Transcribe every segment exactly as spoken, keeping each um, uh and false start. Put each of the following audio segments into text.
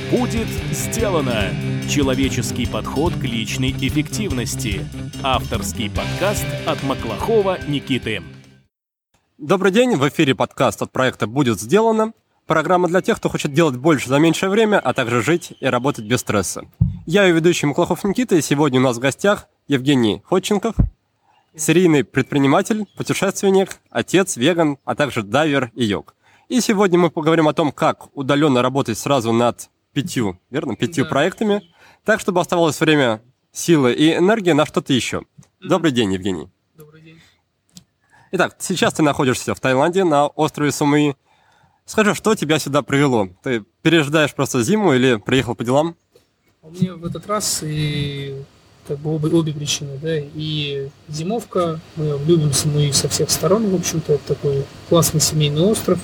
Будет сделано! Человеческий подход к личной эффективности. Авторский подкаст от Маклахова Никиты. Добрый день, в эфире подкаст от проекта «Будет сделано». Программа для тех, кто хочет делать больше за меньшее время, а также жить и работать без стресса. Я ее ведущий Маклахов Никита, и сегодня у нас в гостях Евгений Ходченков, серийный предприниматель, путешественник, отец, веган, а также дайвер и йог. И сегодня мы поговорим о том, как удаленно работать сразу над пятью, верно, пятью да. проектами, так, чтобы оставалось время, силы и энергия на что-то еще. Mm-hmm. Добрый день, Евгений. Добрый день. Итак, сейчас ты находишься в Таиланде, на острове Самуи. Скажи, что тебя сюда привело? Ты пережидаешь просто зиму или приехал по делам? У меня в этот раз и как бы обе, обе причины, да, и зимовка, мы любим Самуи со всех сторон, в общем-то, это такой классный семейный остров,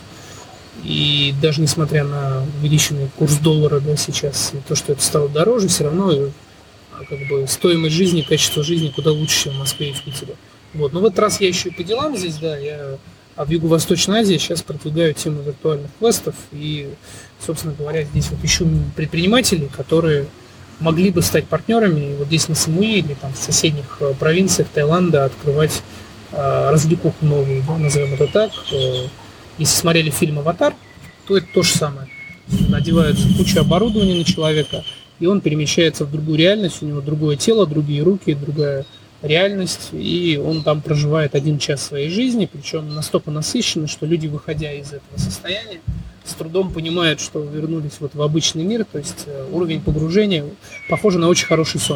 и даже несмотря на увеличенный курс доллара, да, сейчас, и то, что это стало дороже, все равно как бы стоимость жизни, качество жизни куда лучше, чем в Москве и в Питере. Вот, но в этот раз я еще и по делам здесь, да, я... А в Юго-Восточной Азии сейчас продвигаю тему виртуальных квестов и, собственно говоря, здесь вот ищу предпринимателей, которые могли бы стать партнерами и вот здесь на Самуи или там в соседних провинциях Таиланда открывать э, развлекуху новую, да, назовем это так. Э, если смотрели фильм «Аватар», то это то же самое. Надевается куча оборудования на человека, и он перемещается в другую реальность, у него другое тело, другие руки, другая реальность, и он там проживает один час своей жизни, причем настолько насыщенно, что люди, выходя из этого состояния, с трудом понимают, что вернулись вот в обычный мир, то есть уровень погружения похож на очень хороший сон.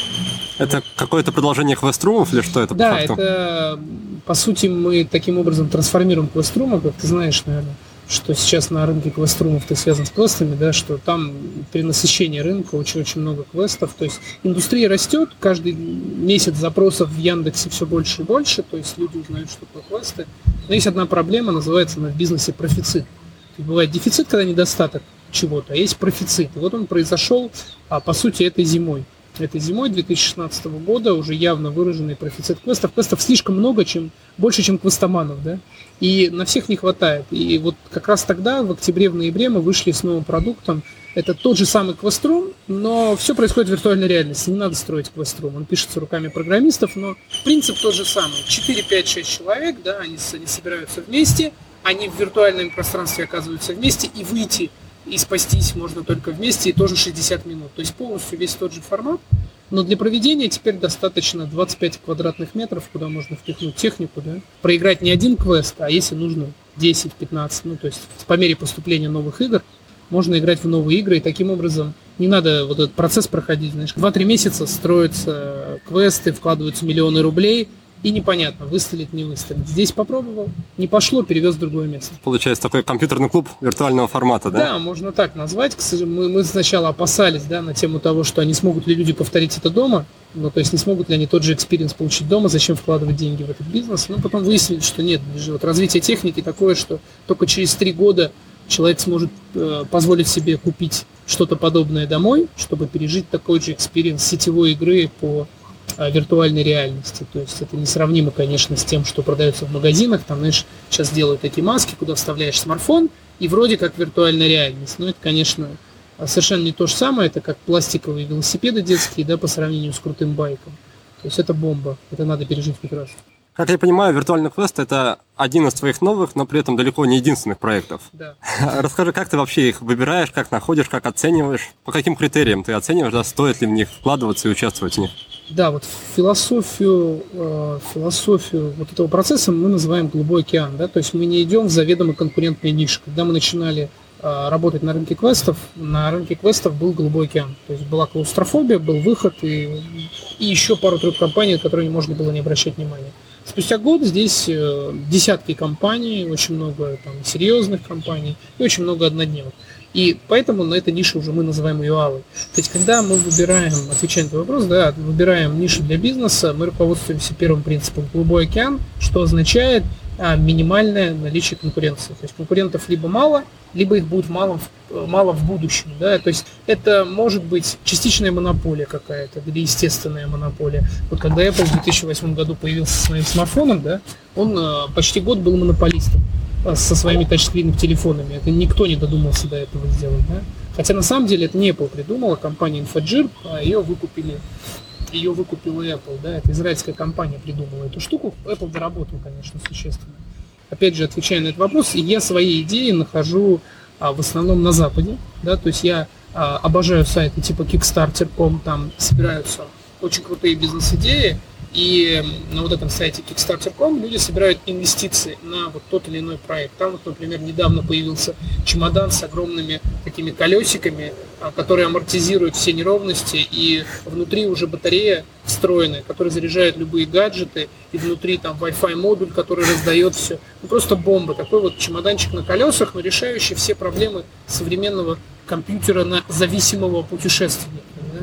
Это какое-то продолжение квеструмов или что это? Да, по факту? Это, по сути, мы таким образом трансформируем квеструмы, как ты знаешь, наверное, что сейчас на рынке квеструмов ты связан с квестами, да, что там при насыщении рынка очень-очень много квестов, то есть индустрия растет, каждый месяц запросов в Яндексе все больше и больше, то есть люди узнают, что такое квесты, но есть одна проблема, называется она в бизнесе профицит. То есть бывает дефицит, когда недостаток чего-то, а есть профицит, и вот он произошел, а, по сути, этой зимой. Этой зимой две тысячи шестнадцатого года уже явно выраженный профицит квестов. Квестов слишком много, чем, больше, чем квестоманов, да? И на всех не хватает. И вот как раз тогда, в октябре, в ноябре, мы вышли с новым продуктом. Это тот же самый квеструм, но все происходит в виртуальной реальности. Не надо строить квеструм. Он пишется руками программистов, но принцип тот же самый. четыре, пять, шесть человек, да, они, они собираются вместе, они в виртуальном пространстве оказываются вместе, и выйти и спастись можно только вместе, и тоже шестьдесят минут. То есть полностью весь тот же формат, но для проведения теперь достаточно двадцать пять квадратных метров, куда можно впихнуть технику, да, проиграть не один квест, а если нужно десять-пятнадцать, ну то есть по мере поступления новых игр можно играть в новые игры, и таким образом не надо вот этот процесс проходить, знаешь, два-три месяца строятся квесты, вкладываются миллионы рублей, и непонятно, выстрелит, не выстрелит. Здесь попробовал, не пошло, перевез в другое место. Получается такой компьютерный клуб виртуального формата, да? Да, можно так назвать. Мы, мы сначала опасались, да, на тему того, что они смогут ли люди повторить это дома, ну, то есть не смогут ли они тот же экспириенс получить дома, зачем вкладывать деньги в этот бизнес. Но потом выяснили, что нет, вот развитие техники такое, что только через три года человек сможет э, позволить себе купить что-то подобное домой, чтобы пережить такой же экспириенс сетевой игры по виртуальной реальности. То есть это несравнимо, конечно, с тем, что продается в магазинах. Там, знаешь, сейчас делают такие маски, куда вставляешь смартфон, и вроде как виртуальная реальность. Но это, конечно, совершенно не то же самое. Это как пластиковые велосипеды детские, да, по сравнению с крутым байком. То есть это бомба. Это надо пережить хоть раз. Как я понимаю, виртуальный квест – это один из твоих новых, но при этом далеко не единственных проектов. Да. Расскажи, как ты вообще их выбираешь, как находишь, как оцениваешь? По каким критериям ты оцениваешь, да, стоит ли в них вкладываться и участвовать в них? Да, вот философию, э, философию вот этого процесса мы называем голубой океан, да, то есть мы не идем в заведомо конкурентные ниши. Когда мы начинали э, работать на рынке квестов, на рынке квестов был голубой океан, то есть была клаустрофобия, был выход и, и еще пару-тройку компаний, на которые можно было не обращать внимания. Спустя год здесь э, десятки компаний, очень много там серьезных компаний и очень много однодневок. И поэтому на этой нише уже мы называем ее алой. То есть, когда мы выбираем, отвечая на твой вопрос, да, выбираем нишу для бизнеса, мы руководствуемся первым принципом голубой океан, что означает а, минимальное наличие конкуренции. То есть конкурентов либо мало, либо их будет мало, мало в будущем. Да? То есть это может быть частичная монополия какая-то, или естественная монополия. Вот когда Apple в две тысячи восьмом году появился со своим смартфоном, да, он а, почти год был монополистом со своими тачскринными телефонами. Это никто не додумался до этого сделать. Да? Хотя на самом деле это не Apple придумала, компания InfoJirp, а ее выкупили, ее выкупила Apple, да, это израильская компания придумала эту штуку, Apple доработал, конечно, существенно. Опять же, отвечая на этот вопрос, я свои идеи нахожу а, в основном на Западе, да, то есть я а, обожаю сайты типа Kickstarter точка ком, там собираются очень крутые бизнес-идеи, и на вот этом сайте Kickstarter точка ком люди собирают инвестиции на вот тот или иной проект. Там вот, например, недавно появился чемодан с огромными такими колесиками, которые амортизируют все неровности, и внутри уже батарея встроенная, которая заряжает любые гаджеты, и внутри там Wi-Fi модуль, который раздает все. Ну, просто бомба. Такой вот чемоданчик на колесах, но решающий все проблемы современного компьютера на зависимого путешественника. Да?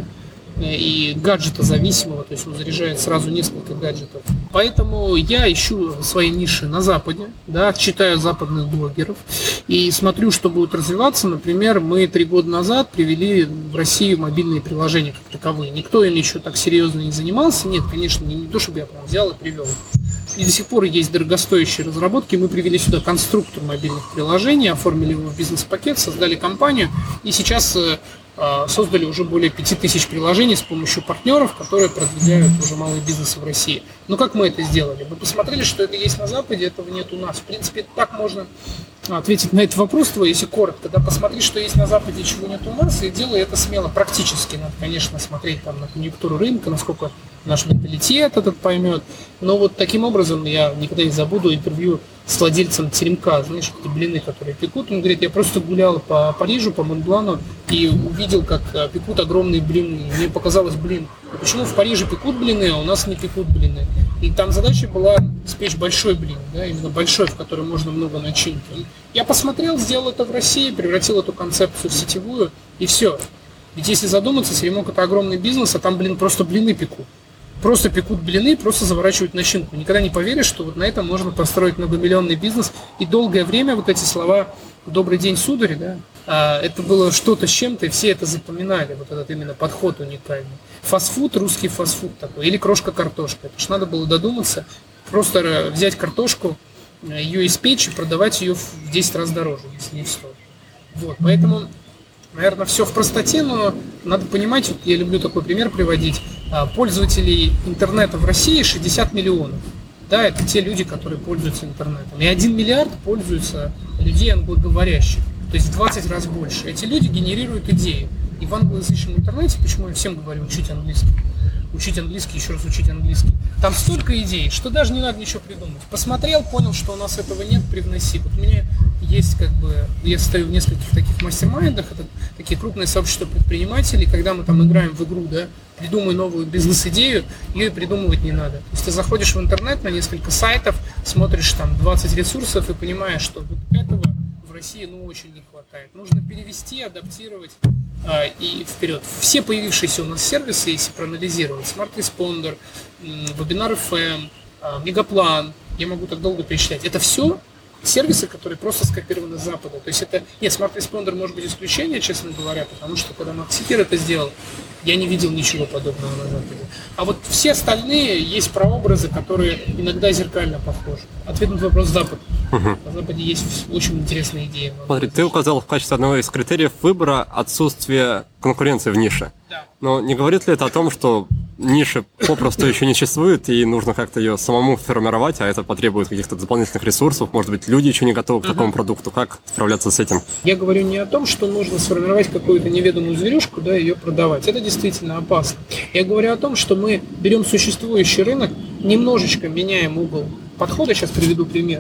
И гаджета зависимого, то есть он заряжает сразу несколько гаджетов. Поэтому я ищу свои ниши на Западе, да, читаю западных блогеров и смотрю, что будет развиваться. Например, мы три года назад привели в Россию мобильные приложения как таковые. Никто им еще так серьезно не занимался. Нет, конечно, не, не то, чтобы я прям взял и привел. И до сих пор есть дорогостоящие разработки. Мы привели сюда конструктор мобильных приложений, оформили его в бизнес-пакет, создали компанию и сейчас создали уже более пяти тысяч приложений с помощью партнеров, которые продвигают уже малый бизнес в России. Но как мы это сделали? Мы посмотрели, что это есть на Западе, этого нет у нас. В принципе, так можно ответить на этот вопрос твой, если коротко. Да, посмотри, что есть на Западе, чего нет у нас, и делай это смело, практически. Надо, конечно, смотреть там на конъюнктуру рынка, насколько наш менталитет этот поймет. Но вот таким образом я никогда не забуду интервью с владельцем теремка, знаешь, эти блины, которые пекут. Он говорит, я просто гулял по Парижу, по Монблану и увидел, как пекут огромные блины. Мне показалось, блин, почему в Париже пекут блины, а у нас не пекут блины? И там задача была испечь большой блин, да, именно большой, в котором можно много начинки. Я посмотрел, сделал это в России, превратил эту концепцию в сетевую, и все. Ведь если задуматься, теремок — это огромный бизнес, а там, блин, просто блины пекут. Просто пекут блины, просто заворачивают начинку. Никогда не поверишь, что вот на этом можно построить многомиллионный бизнес. И долгое время вот эти слова «добрый день, сударь», да, а, это было что-то с чем-то, и все это запоминали. Вот этот именно подход уникальный. Фастфуд, русский фастфуд такой, или крошка-картошка. Потому что надо было додуматься, просто взять картошку, ее испечь и продавать ее в десять раз дороже, если не в сто. Вот, поэтому... Наверное, все в простоте, но надо понимать, вот я люблю такой пример приводить, пользователей интернета в России шестьдесят миллионов. Да, это те люди, которые пользуются интернетом. И один миллиард пользуются людей англоговорящих, то есть в двадцать раз больше. Эти люди генерируют идеи. И в англоязычном интернете, почему я всем говорю, учить английский, учить английский, еще раз учить английский. Там столько идей, что даже не надо ничего придумать. Посмотрел, понял, что у нас этого нет, привноси. Вот у меня есть как бы, я стою в нескольких таких мастер-майндах, это такие крупные сообщества предпринимателей, когда мы там играем в игру, да, придумай новую бизнес-идею, ее и придумывать не надо. То есть ты заходишь в интернет на несколько сайтов, смотришь там двадцать ресурсов и понимаешь, что вот этого в России ну очень не хватает. Нужно перевести, адаптировать а, и вперед. Все появившиеся у нас сервисы, если проанализировать, Smart Responder, Webinar эф эм, а, Мегаплан, я могу так долго перечислять, это все сервисы, которые просто скопированы с Запада. То есть это... Нет, Smart Responder может быть исключение, честно говоря, потому что когда Максикер это сделал, я не видел ничего подобного на Западе. А вот все остальные есть прообразы, которые иногда зеркально похожи. Ответ на вопрос Запад. Угу. На Западе есть очень интересные идеи. Смотри, ты указал в качестве одного из критериев выбора отсутствие конкуренции в нише. Да. Но не говорит ли это о том, что ниша попросту еще не существует, и нужно как-то ее самому формировать, а это потребует каких-то дополнительных ресурсов, может быть, люди еще не готовы к такому uh-huh. продукту. Как справляться с этим? Я говорю не о том, что нужно сформировать какую-то неведомую зверюшку, да, ее продавать. Это действительно опасно. Я говорю о том, что мы берем существующий рынок, немножечко меняем угол подхода, сейчас приведу пример,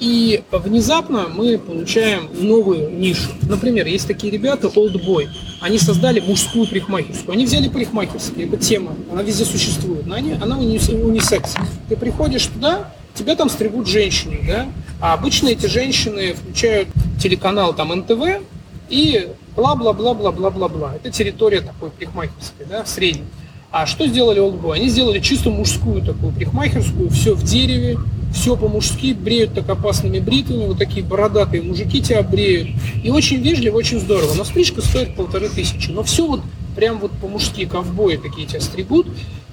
и внезапно мы получаем новую нишу. Например, есть такие ребята, Old Boy, они создали мужскую парикмахерскую. Они взяли парикмахерскую, это тема, она везде существует, но они, она унисекс. Ты приходишь туда, тебя там стригут женщины, да, а обычно эти женщины включают телеканал там эн тэ вэ и бла-бла-бла-бла-бла-бла-бла. Это территория такой парикмахерской, да, в среднем. А что сделали Old Boy? Они сделали чисто мужскую такую парикмахерскую, все в дереве, все по-мужски, бреют так опасными бритвами, вот такие бородатые мужики тебя бреют. И очень вежливо, очень здорово. Но стрижка стоит полторы тысячи. Но все вот прям вот по-мужски, ковбои такие тебя стригут.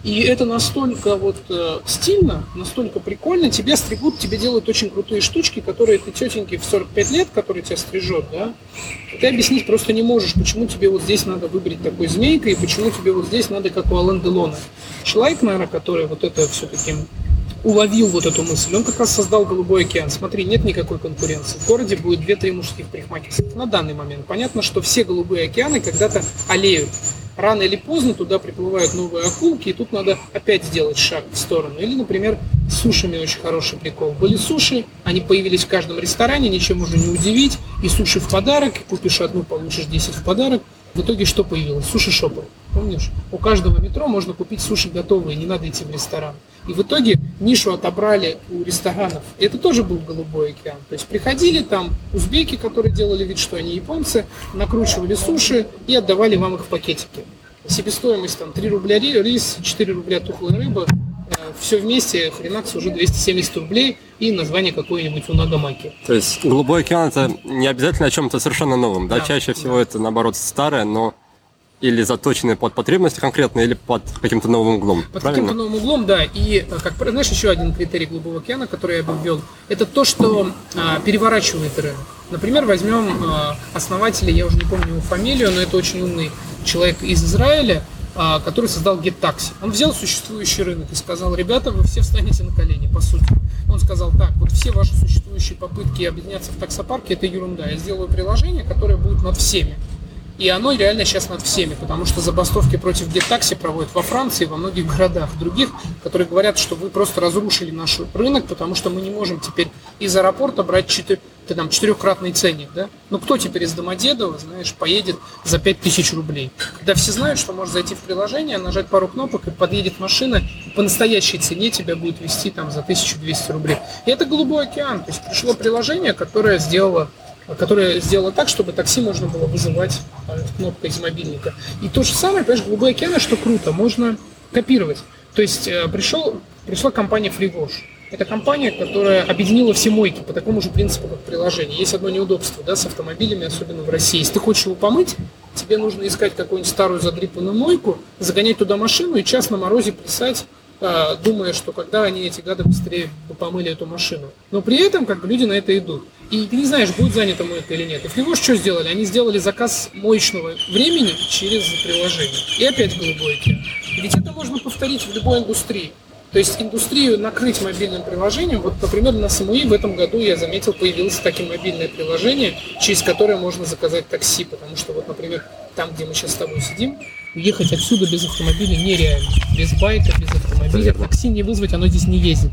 И это настолько вот э, стильно, настолько прикольно, тебя стригут, тебе делают очень крутые штучки, которые ты тетеньке в сорок пять лет, который тебя стрижет, да, ты объяснить просто не можешь, почему тебе вот здесь надо выбрать такой змейкой, и почему тебе вот здесь надо, как у Ален Делона. Человек, наверное, который вот это все-таки уловил вот эту мысль, он как раз создал «Голубой океан». Смотри, нет никакой конкуренции. В городе будет две-три мужских парикмахерских. На данный момент понятно, что все «Голубые океаны» когда-то аллеют. Рано или поздно туда приплывают новые акулки, и тут надо опять сделать шаг в сторону. Или, например, с сушами очень хороший прикол. Были суши, они появились в каждом ресторане, ничем уже не удивить. И суши в подарок, купишь одну, получишь десять в подарок. В итоге что появилось? Суши-шопы. Помнишь? У каждого метро можно купить суши готовые, не надо идти в ресторан. И в итоге нишу отобрали у ресторанов. И это тоже был «Голубой океан». То есть приходили там узбеки, которые делали вид, что они японцы, накручивали суши и отдавали вам их в пакетики. Себестоимость там три рубля рис, четыре рубля тухлая рыба. Все вместе, хренакс, уже двести семьдесят рублей и название какое-нибудь унагамаки. То есть «Голубой океан» — это не обязательно о чем-то совершенно новом, да? Да, Чаще всего да. это, наоборот, старое, но или заточенные под потребности конкретно, или под каким-то новым углом. Под правильно? каким-то новым углом, да. И, как знаешь, еще один критерий «Голубого океана», который я бы ввел, это то, что а, переворачивает рынок. Например, возьмем а, основателя, я уже не помню его фамилию, но это очень умный человек из Израиля, а, который создал GetTaxi. Он взял существующий рынок и сказал: ребята, вы все встанете на колени, по сути. Он сказал: так, вот все ваши существующие попытки объединяться в таксопарке — это ерунда. Я сделаю приложение, которое будет над всеми. И оно реально сейчас над всеми, потому что забастовки против GetTaxi проводят во Франции, во многих городах других, которые говорят, что вы просто разрушили наш рынок, потому что мы не можем теперь из аэропорта брать четыре, ты там, четырехкратный ценник, да? Ну кто теперь из Домодедово, знаешь, поедет за пять тысяч рублей? Когда все знают, что можно зайти в приложение, нажать пару кнопок, и подъедет машина, по настоящей цене тебя будет везти там за тысячу двести рублей. И это «Голубой океан», то есть пришло приложение, которое сделало которая сделала так, чтобы такси можно было вызывать кнопкой из мобильника. И то же самое, понимаешь, «Голубой океан», что круто, можно копировать. То есть пришел, пришла компания FreeWash. Это компания, которая объединила все мойки по такому же принципу, как приложение. Есть одно неудобство, да, с автомобилями, особенно в России. Если ты хочешь его помыть, тебе нужно искать какую-нибудь старую задрипанную мойку, загонять туда машину и час на морозе плясать, думая, что когда они, эти гады, быстрее помыли эту машину. Но при этом как бы люди на это идут. И ты не знаешь, будет занята мойка или нет. И FreeWash что сделали? Они сделали заказ моечного времени через приложение. И опять «Голубой океан». Ведь это можно повторить в любой индустрии. То есть индустрию накрыть мобильным приложением. Вот, например, на СМУИ в этом году, я заметил, появилось такое мобильное приложение, через которое можно заказать такси. Потому что, вот, например, там, где мы сейчас с тобой сидим, уехать отсюда без автомобиля нереально. Без байка, без автомобиля. Такси не вызвать, оно здесь не ездит.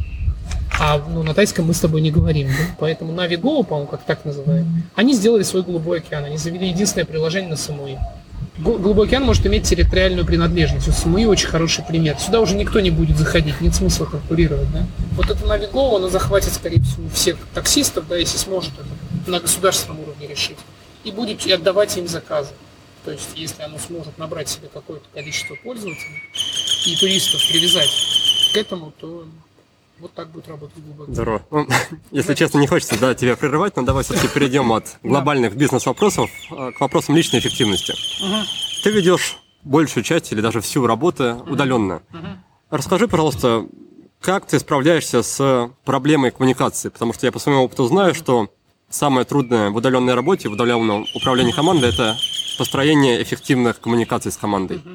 А ну, на тайском мы с тобой не говорим, да? Поэтому Navigo, по-моему, как так называют, они сделали свой «Голубой океан», они завели единственное приложение на СМУИ. «Голубой океан» может иметь территориальную принадлежность. У СМУИ очень хороший пример. Сюда уже никто не будет заходить, нет смысла конкурировать, да? Вот это Navigo, оно захватит, скорее всего, всех таксистов, да, если сможет это на государственном уровне решить, и будет отдавать им заказы. То есть, если оно сможет набрать себе какое-то количество пользователей и туристов привязать к этому, то вот так будет работать «Голубой океан». Здорово. Ну, если честно, не хочется, да, тебя прерывать, но давай все-таки перейдем от глобальных бизнес-вопросов к вопросам личной эффективности. Ага. Ты ведешь большую часть или даже всю работу удаленно. Ага. Расскажи, пожалуйста, как ты справляешься с проблемой коммуникации? Потому что я по своему опыту знаю, что самое трудное в удаленной работе, в удаленном управлении командой – это построение эффективных коммуникаций с командой. Ага.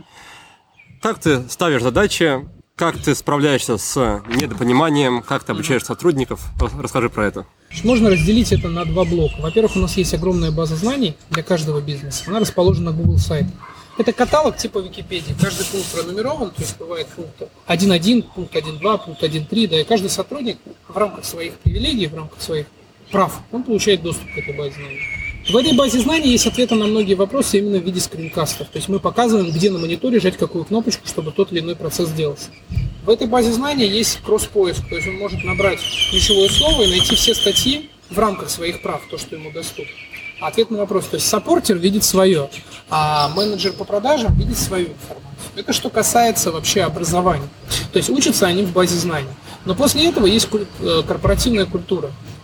Как ты ставишь задачи? Как ты справляешься с недопониманием, как ты обучаешь сотрудников? Расскажи про это. Можно разделить это на два блока. Во-первых, у нас есть огромная база знаний для каждого бизнеса. Она расположена на Google сайте. Это каталог типа Википедии. Каждый пункт пронумерован, то есть бывает пункт один точка один, пункт один точка два, пункт один точка три. Да, и каждый сотрудник в рамках своих привилегий, в рамках своих прав, он получает доступ к этой базе знаний. В этой базе знаний есть ответы на многие вопросы именно в виде скринкастов. То есть мы показываем, где на мониторе жать какую кнопочку, чтобы тот или иной процесс делался. В этой базе знаний есть кросс-поиск. То есть он может набрать ключевое слово и найти все статьи в рамках своих прав, то, что ему доступно. А ответ на вопрос. То есть саппортер видит свое, а менеджер по продажам видит свою информацию. Это что касается вообще образования. То есть учатся они в базе знаний. Но после этого есть корпоративная культура.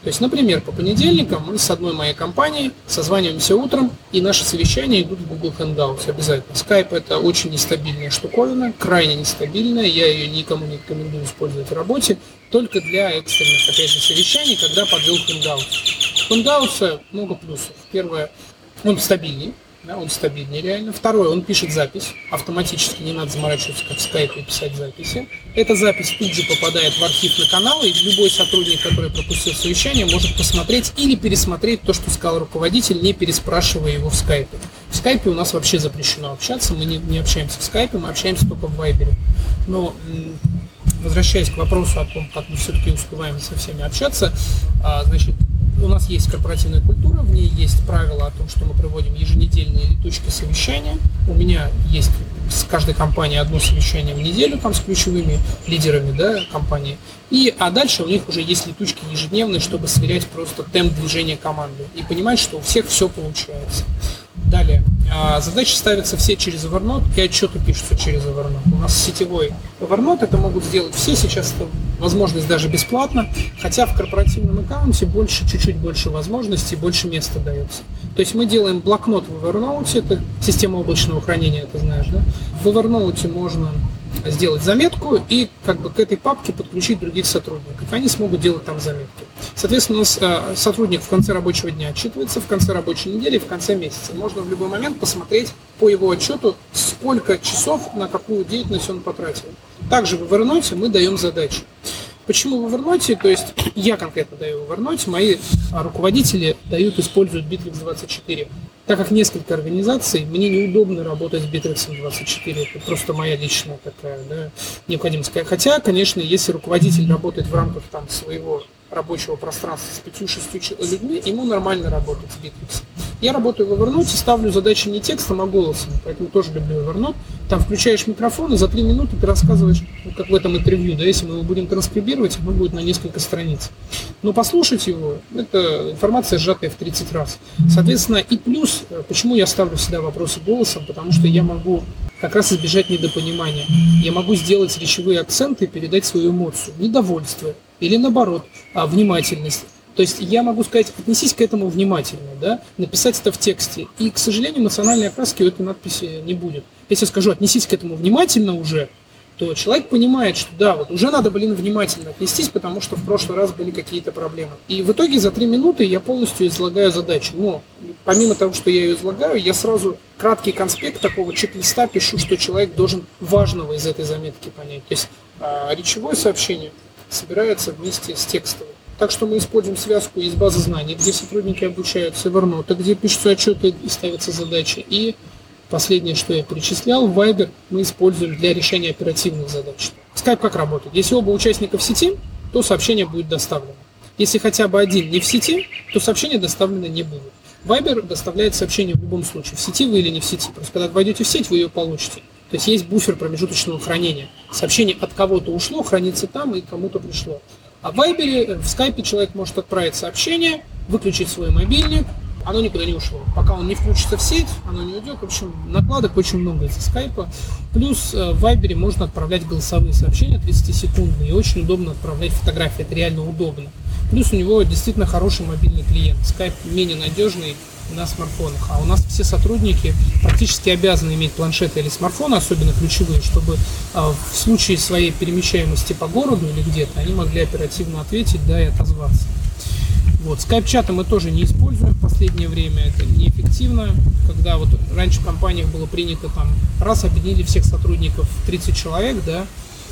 То есть, например, по понедельникам мы с одной моей компанией созваниваемся утром, и наши совещания идут в Google Hangouts обязательно. Skype – это очень нестабильная штуковина, крайне нестабильная, я ее никому не рекомендую использовать в работе, только для экстренных, опять же, совещаний, когда подвел Hangouts. У Hangouts много плюсов. Первое, он стабильней. Да, он стабильнее реально. Второе, он пишет запись. Автоматически не надо заморачиваться, как в скайпе, и писать записи. Эта запись тут же попадает в архив на канал, и любой сотрудник, который пропустил совещание, может посмотреть или пересмотреть то, что сказал руководитель, не переспрашивая его в скайпе. В скайпе у нас вообще запрещено общаться, мы не, не общаемся в скайпе, мы общаемся только в вайбере. Но, возвращаясь к вопросу о том, как мы все-таки успеваем со всеми общаться, значит, у нас есть корпоративная культура, в ней есть правила о том, что мы проводим еженедельные летучки совещания. У меня есть с каждой компанией одно совещание в неделю, там с ключевыми лидерами, да, компании. И, а дальше у них уже есть летучки ежедневные, чтобы сверять просто темп движения команды и понимать, что у всех все получается. Далее. Задачи ставятся все через Evernote, и отчеты пишутся через Evernote. У нас сетевой Evernote, это могут сделать все, сейчас это возможность даже бесплатно, хотя в корпоративном аккаунте больше, чуть-чуть больше возможностей, больше места дается. То есть мы делаем блокнот в Evernote, это система облачного хранения, ты знаешь, да? В Evernote можно сделать заметку и как бы к этой папке подключить других сотрудников. Они смогут делать там заметки. Соответственно, у нас э, сотрудник в конце рабочего дня отчитывается, в конце рабочей недели, в конце месяца. Можно в любой момент посмотреть по его отчету, сколько часов на какую деятельность он потратил. Также в Evernote мы даем задачи. Почему в Evernote? То есть я конкретно даю в Evernote, мои руководители дают, используют Bittrex двадцать четыре. Так как несколько организаций, мне неудобно работать с Bittrex двадцать четыре. Это просто моя личная такая, да, необходимость. Хотя, конечно, если руководитель работает в рамках там своего рабочего пространства с пятью-шестью людьми, ему нормально работать с Bittrex. Я работаю в Evernote, ставлю задачи не текстом, а голосом, поэтому тоже люблю Evernote. Там включаешь микрофон, и за три минуты ты рассказываешь, ну, как в этом интервью, да, если мы его будем транскрибировать, оно будет на несколько страниц. Но послушать его, это информация сжатая в тридцать раз. Соответственно, и плюс, почему я ставлю всегда вопросы голосом, потому что я могу как раз избежать недопонимания. Я могу сделать речевые акценты и передать свою эмоцию, недовольство или наоборот, внимательность. То есть я могу сказать, отнесись к этому внимательно, да, написать это в тексте. И, к сожалению, эмоциональной окраски у этой надписи не будет. Если я скажу, отнесись к этому внимательно уже, то человек понимает, что да, вот уже надо, блин, внимательно отнестись, потому что в прошлый раз были какие-то проблемы. И в итоге за три минуты я полностью излагаю задачу. Но помимо того, что я ее излагаю, я сразу краткий конспект такого чек-листа пишу, что человек должен важного из этой заметки понять. То есть а, речевое сообщение собирается вместе с текстовым. Так что мы используем связку из базы знаний, где сотрудники обучаются, Evernote, где пишутся отчеты и ставятся задачи. И последнее, что я перечислял, Viber мы используем для решения оперативных задач. Skype как работает? Если оба участника в сети, то сообщение будет доставлено. Если хотя бы один не в сети, то сообщение доставлено не будет. Viber доставляет сообщение в любом случае, в сети вы или не в сети. Просто когда вы войдете в сеть, вы ее получите. То есть есть буфер промежуточного хранения. Сообщение от кого-то ушло, хранится там и кому-то пришло. А в Viber, в Skype человек может отправить сообщение, выключить свой мобильник, оно никуда не ушло. Пока он не включится в сеть, оно не уйдет. В общем, накладок очень много из-за Skype. Плюс в Viber можно отправлять голосовые сообщения тридцатисекундные, и очень удобно отправлять фотографии, это реально удобно. Плюс у него действительно хороший мобильный клиент. Skype менее надежный на смартфонах. А у нас все сотрудники практически обязаны иметь планшеты или смартфоны, особенно ключевые, чтобы в случае своей перемещаемости по городу или где-то они могли оперативно ответить, да, и отозваться. Вот. Скайп-чаты мы тоже не используем в последнее время, это неэффективно. Когда вот раньше в компаниях было принято там, раз объединили всех сотрудников тридцать человек, да,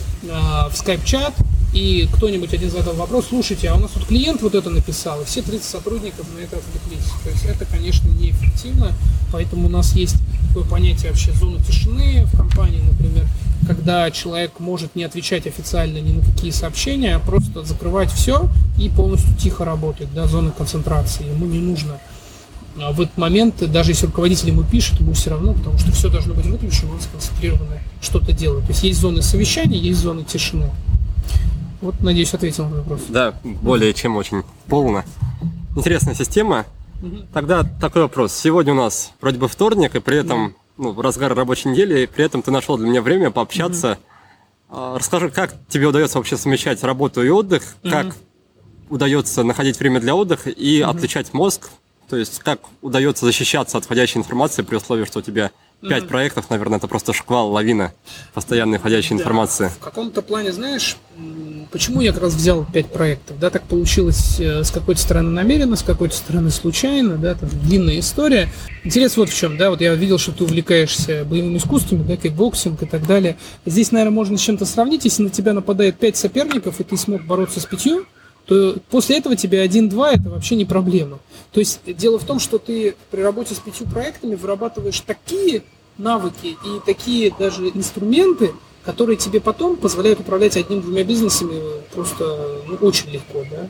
в скайп-чат, и кто-нибудь один задал вопрос, слушайте, а у нас тут клиент вот это написал, и все тридцать сотрудников на это отвлеклись. То есть это, конечно, неэффективно, поэтому у нас есть такое понятие вообще зоны тишины в компании, например, когда человек может не отвечать официально ни на какие сообщения, а просто закрывать все и полностью тихо работать, да, зона концентрации. Ему не нужно в этот момент, даже если руководитель ему пишет, ему все равно, потому что все должно быть выключено, он сконцентрированно что-то делает. То есть есть зоны совещания, есть зоны тишины. Вот, надеюсь, ответил на вопрос. Да, более чем очень полно. Интересная система. Угу. Тогда такой вопрос. Сегодня у нас вроде бы вторник, и при этом, ну, разгар рабочей недели, и при этом ты нашел для меня время пообщаться. Угу. Расскажи, как тебе удается вообще совмещать работу и отдых, угу. как удается находить время для отдыха и mm-hmm. отключать мозг? То есть как удается защищаться от входящей информации при условии, что у тебя пять mm-hmm. проектов, наверное, это просто шквал, лавина постоянной входящей да. информации. В каком-то плане, знаешь, почему я как раз взял пять проектов? Да, так получилось с какой-то стороны намеренно, с какой-то стороны случайно, да, там длинная история. Интерес вот в чем, да, вот я видел, что ты увлекаешься боевыми искусствами, да, кикбоксинг и так далее. Здесь, наверное, можно с чем-то сравнить, если на тебя нападает пять соперников, и ты смог бороться с пятью, то после этого тебе один-два это вообще не проблема. То есть дело в том, что ты при работе с пятью проектами вырабатываешь такие навыки и такие даже инструменты, которые тебе потом позволяют управлять одним-двумя бизнесами просто ну, очень легко. Да?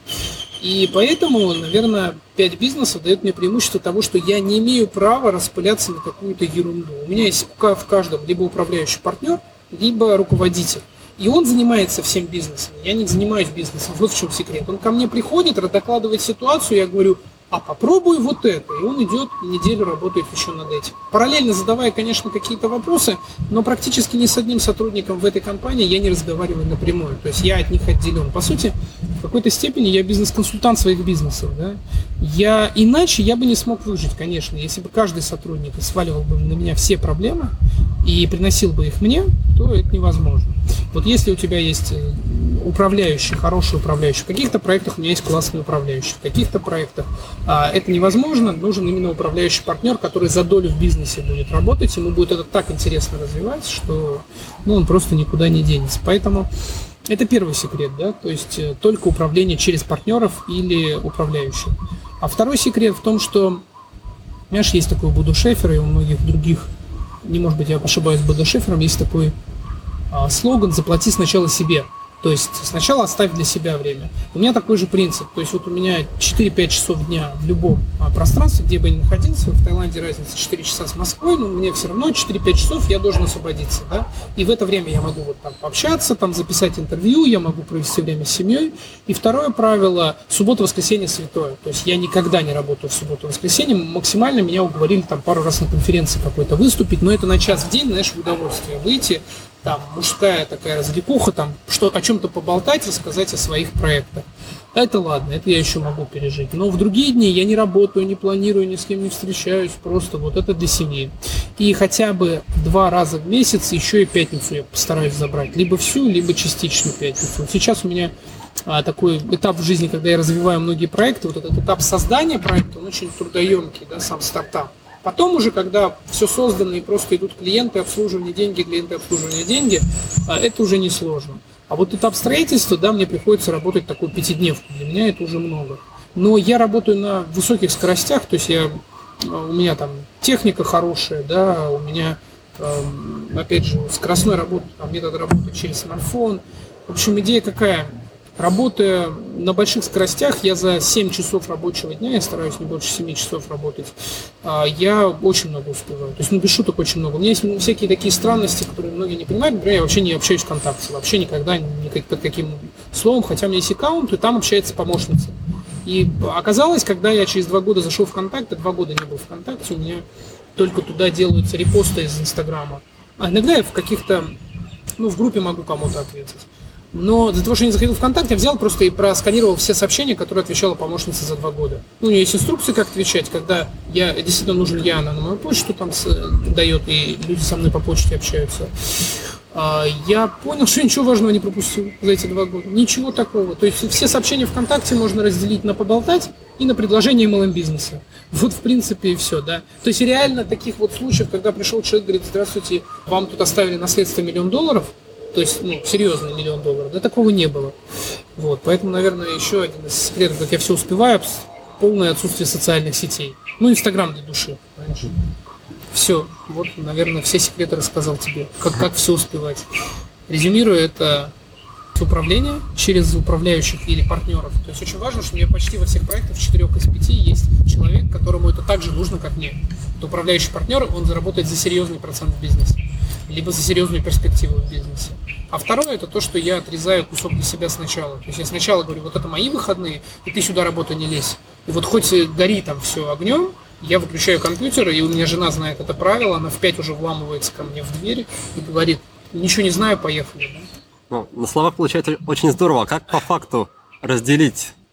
И поэтому, наверное, пять бизнесов дает мне преимущество того, что я не имею права распыляться на какую-то ерунду. У меня есть в каждом либо управляющий партнер, либо руководитель. И он занимается всем бизнесом. Я не занимаюсь бизнесом. Вот в чем секрет. Он ко мне приходит, докладывает ситуацию, я говорю, а попробуй вот это. И он идет и неделю работает еще над этим. Параллельно задавая, конечно, какие-то вопросы, но практически ни с одним сотрудником в этой компании я не разговариваю напрямую. То есть я от них отделен. По сути, в какой-то степени я бизнес-консультант своих бизнесов. Да? Я, иначе я бы не смог выжить, конечно. Если бы каждый сотрудник сваливал бы на меня все проблемы и приносил бы их мне, то это невозможно. Вот если у тебя есть управляющий, хороший управляющий, в каких-то проектах у меня есть классный управляющий, в каких-то проектах а, это невозможно, нужен именно управляющий партнер, который за долю в бизнесе будет работать, ему будет это так интересно развивать, что ну, он просто никуда не денется. Поэтому это первый секрет, да, то есть только управление через партнеров или управляющих. А второй секрет в том, что, знаешь, есть такой Будо Шефер, и у многих других, не может быть, я ошибаюсь с Будо Шефером, есть такой а, слоган «Заплати сначала себе». То есть сначала оставь для себя время. У меня такой же принцип. То есть вот у меня четыре-пять часов дня в любом а, пространстве, где бы я ни находился. В Таиланде разница четыре часа с Москвой, но мне все равно четыре-пять часов я должен освободиться. Да? И в это время я могу вот там пообщаться, там записать интервью, я могу провести время с семьей. И второе правило – суббота-воскресенье святое. То есть я никогда не работаю в субботу-воскресенье. Максимально меня уговорили там пару раз на конференции какой-то выступить, но это на час в день, знаешь, в удовольствие выйти. Там мужская такая развлекуха, там что, о чем-то поболтать, рассказать о своих проектах. Это ладно, это я еще могу пережить. Но в другие дни я не работаю, не планирую, ни с кем не встречаюсь, просто вот это для семьи. И хотя бы два раза в месяц еще и пятницу я постараюсь забрать. Либо всю, либо частичную пятницу. Сейчас у меня а, такой этап в жизни, когда я развиваю многие проекты. Вот этот этап создания проекта, он очень трудоемкий, да, сам стартап. Потом уже, когда все создано и просто идут клиенты, обслуживание, деньги, клиенты, обслуживание, деньги, это уже не сложно. А вот этап строительства, да, мне приходится работать такую пятидневку. Для меня это уже много. Но я работаю на высоких скоростях, то есть я, у меня там техника хорошая, да, у меня, опять же, скоростной работа, там, метод работы через смартфон. В общем, идея какая? Работая на больших скоростях, я за семь часов рабочего дня, я стараюсь не больше семи часов работать, я очень много успеваю. То есть, ну, без шуток очень много. У меня есть всякие такие странности, которые многие не понимают. Например, я вообще не общаюсь ВКонтакте, вообще никогда никак, под каким словом, хотя у меня есть аккаунт, и там общается помощница. И оказалось, когда я через два года зашел в ВКонтакте, два года не был в ВКонтакте, у меня только туда делаются репосты из Инстаграма. А иногда я в каких-то, ну, в группе могу кому-то ответить. Но для того, что я не заходил в ВКонтакте, я взял просто и просканировал все сообщения, которые отвечала помощница за два года. Ну, у нее есть инструкции, как отвечать, когда я действительно нужен я, она на мою почту там с, дает, и люди со мной по почте общаются. А, я понял, что ничего важного не пропустил за эти два года. Ничего такого. То есть все сообщения ВКонтакте можно разделить на поболтать и на предложение эм эл эм-бизнеса. Вот, в принципе, и все, да. То есть реально таких вот случаев, когда пришел человек, говорит: здравствуйте, вам тут оставили наследство миллион долларов, то есть, ну, серьезный миллион долларов. Да такого не было. Вот, поэтому, наверное, еще один из секретов, как я все успеваю, полное отсутствие социальных сетей. Ну, Инстаграм для души, понимаешь? Все. Вот, наверное, все секреты рассказал тебе. Как, как все успевать. Резюмируя, это управление через управляющих или партнеров. То есть очень важно, что у меня почти во всех проектах, в четырех из пяти, есть человек, которому это так же нужно, как мне. Это управляющий партнер, он заработает за серьезный процент в бизнесе, либо за серьезную перспективу в бизнесе. А второе, это то, что я отрезаю кусок для себя сначала. То есть я сначала говорю: вот это мои выходные, и ты сюда работай не лезь. И вот хоть гори там все огнем, я выключаю компьютер, и у меня жена знает это правило, она в пять уже вламывается ко мне в дверь и говорит: ничего не знаю, поехали. Да? Ну, на словах получается очень здорово. Как по факту разделить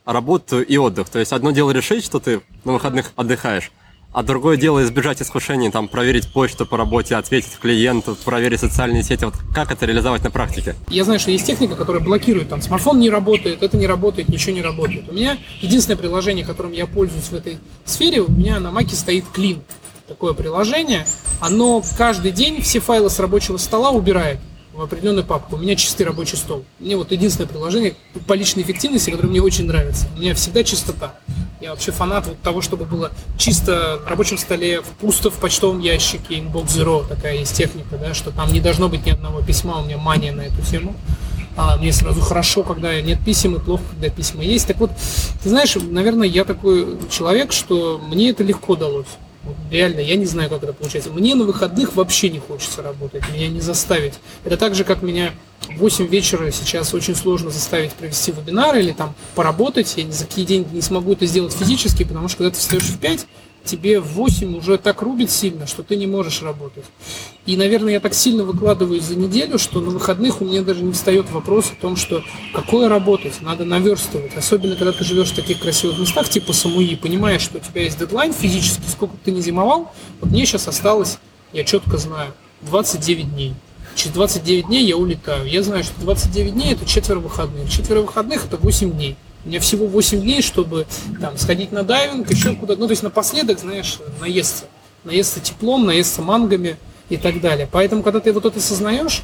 работу и отдых. То есть одно дело решить, что ты на выходных отдыхаешь, а другое дело избежать искушений, там, проверить почту по работе, ответить клиенту, проверить социальные сети. Вот как это реализовать на практике? Я знаю, что есть техника, которая блокирует, там, смартфон не работает, это не работает, ничего не работает. У меня единственное приложение, которым я пользуюсь в этой сфере, у меня на Маке стоит Clean. Такое приложение, оно каждый день все файлы с рабочего стола убирает в определенную папку. У меня чистый рабочий стол. Мне вот единственное приложение по личной эффективности, которое мне очень нравится. У меня всегда чистота. Я вообще фанат вот того, чтобы было чисто в рабочем столе, пусто в почтовом ящике, inbox zero, такая есть техника, да, что там не должно быть ни одного письма, у меня мания на эту тему. А мне сразу хорошо, когда нет писем, и плохо, когда письма есть. Так вот, ты знаешь, наверное, я такой человек, что мне это легко далось. Вот реально, я не знаю, как это получается. Мне на выходных вообще не хочется работать, меня не заставить. Это так же, как меня в восемь вечера сейчас очень сложно заставить провести вебинар или там поработать. Я ни за какие деньги не смогу это сделать физически, потому что когда ты встаешь в пять, тебе в восемь уже так рубит сильно, что ты не можешь работать. И, наверное, я так сильно выкладываюсь за неделю, что на выходных у меня даже не встает вопрос о том, что какое работать, надо наверстывать. Особенно, когда ты живешь в таких красивых местах, типа Самуи, понимаешь, что у тебя есть дедлайн физически, сколько бы ты ни зимовал. Вот мне сейчас осталось, я четко знаю, двадцать девять дней. Через двадцать девять дней я улетаю. Я знаю, что двадцать девять дней – это четверо выходных. Четверо выходных – это восемь дней. У меня всего восемь дней, чтобы там сходить на дайвинг, еще куда-то. Ну, то есть напоследок, знаешь, наесться. Наесться теплом, наесться мангами и так далее. Поэтому, когда ты вот это осознаешь,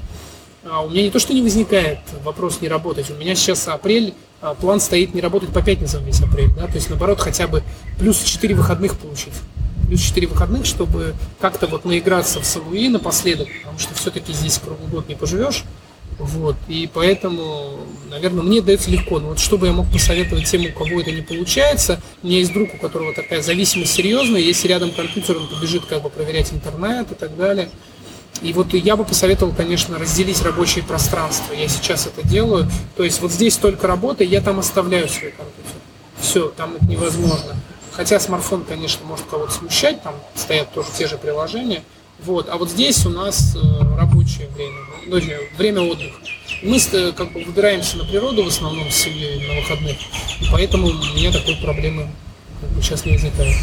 у меня не то, что не возникает вопрос не работать. У меня сейчас апрель, план стоит не работать по пятницам весь апрель. Да? То есть, наоборот, хотя бы плюс четыре выходных получить. Плюс четыре выходных, чтобы как-то вот наиграться в Самуи напоследок. Потому что все-таки здесь круглый год не поживешь. Вот, и поэтому, наверное, мне дается легко. Но вот что бы я мог посоветовать тем, у кого это не получается, у меня есть друг, у которого такая зависимость серьезная, если рядом компьютер, он побежит как бы проверять интернет и так далее. И вот я бы посоветовал, конечно, разделить рабочее пространство. Я сейчас это делаю. То есть вот здесь только работа, я там оставляю свой компьютер. Все, там это невозможно. Хотя смартфон, конечно, может кого-то смущать, там стоят тоже те же приложения. Вот, а вот здесь у нас э, рабочее время, ну, время отдыха. Мы как бы выбираемся на природу в основном с семьей на выходных, и поэтому у меня такой проблемы как бы сейчас не возникает.